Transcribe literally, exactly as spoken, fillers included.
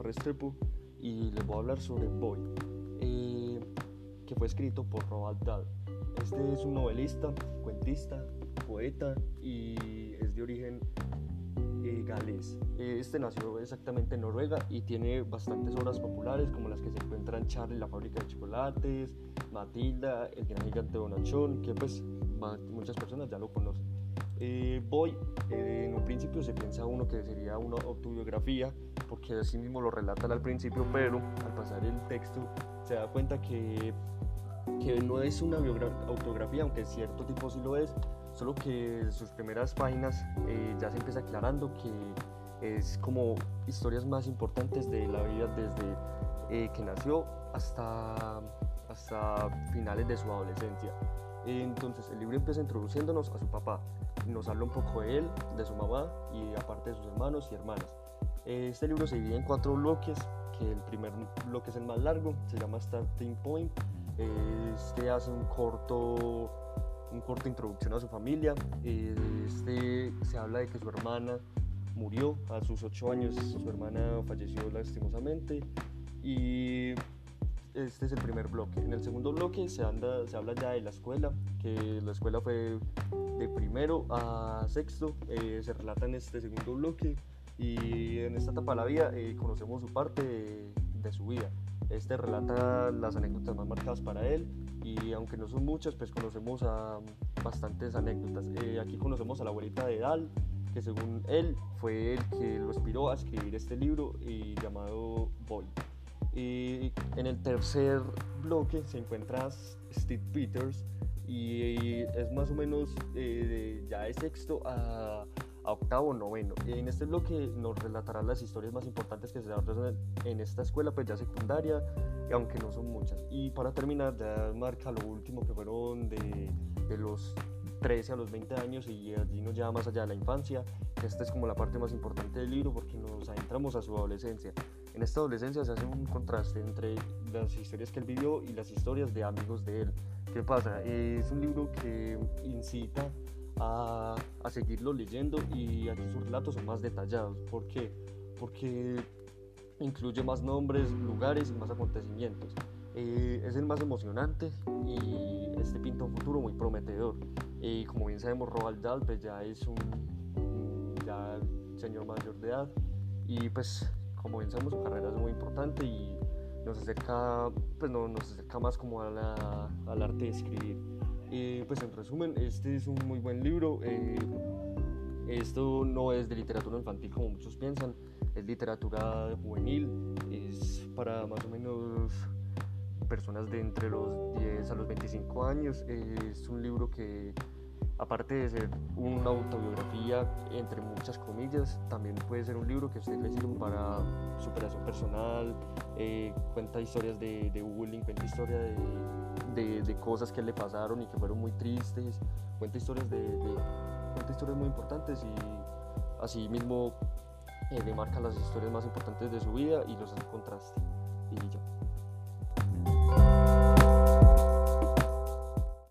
Restrepo y les voy a hablar sobre Boy, eh, que fue escrito por Roald Dahl. Este es un novelista, cuentista, poeta y es de origen eh, galés. Este nació exactamente en Noruega y tiene bastantes obras populares como las que se encuentran Charlie, la fábrica de chocolates, Matilda, el gran gigante bonachón, que pues muchas personas ya lo conocen. Eh, Boy, eh, en un principio se piensa uno que sería una autobiografía, porque así mismo lo relatan al principio, pero al pasar el texto se da cuenta que, que no es una biogra- autobiografía, aunque cierto tipo sí lo es, solo que en sus primeras páginas eh, ya se empieza aclarando que es como historias más importantes de la vida desde eh, que nació hasta, hasta finales de su adolescencia. Entonces el libro empieza introduciéndonos a su papá, nos habla un poco de él, de su mamá y aparte de sus hermanos y hermanas. Este libro se divide en cuatro bloques, que el primer bloque es el más largo, se llama Starting Point. Este hace un corto, un corto introducción a su familia. Este se habla de que su hermana murió a sus ocho años, su hermana falleció lastimosamente y este es el primer bloque. En el segundo bloque se, anda, se habla ya de la escuela, que la escuela fue de primero a sexto, eh, se relata en este segundo bloque y en esta etapa de la vida eh, conocemos su parte de, de su vida. Este relata las anécdotas más marcadas para él y aunque no son muchas, pues conocemos a bastantes anécdotas. Eh, aquí conocemos a la abuelita de Dahl, que según él fue el que lo inspiró a escribir este libro y llamado Boy. Y en el tercer bloque se encuentra Steve Peters y es más o menos eh, ya de sexto a, a octavo, noveno. En este bloque nos relatará las historias más importantes que se dan en esta escuela, pues ya secundaria, aunque no son muchas. Y para terminar, ya marca lo último, que fueron de, de los trece a los veinte años y allí nos lleva más allá de la infancia. Esta es como la parte más importante del libro porque nos adentramos a su adolescencia. En esta adolescencia se hace un contraste entre las historias que él vivió y las historias de amigos de él. ¿Qué pasa? Es un libro que incita a, a seguirlo leyendo y aquí sus relatos son más detallados. ¿Por qué? Porque incluye más nombres, lugares y más acontecimientos. Eh, es el más emocionante y este pinta un futuro muy prometedor. Y eh, como bien sabemos, Roald Dahl pues ya es un, un ya señor mayor de edad y pues como bien sabemos su carrera es muy importante y nos acerca, pues no, nos acerca más como a la, al arte de escribir. Eh, pues en resumen, este es un muy buen libro. Eh, esto no es de literatura infantil como muchos piensan, es literatura juvenil, es para más o menos personas de entre los diez a los veinticinco años. Es un libro que, aparte de ser una autobiografía entre muchas comillas, también puede ser un libro que a usted le sirva para superación personal, eh, cuenta historias de, de bullying, cuenta historias de, de, de cosas que le pasaron y que fueron muy tristes, cuenta historias, de, de, cuenta historias muy importantes y así mismo eh, demarca las historias más importantes de su vida y los hace contraste. Y ya.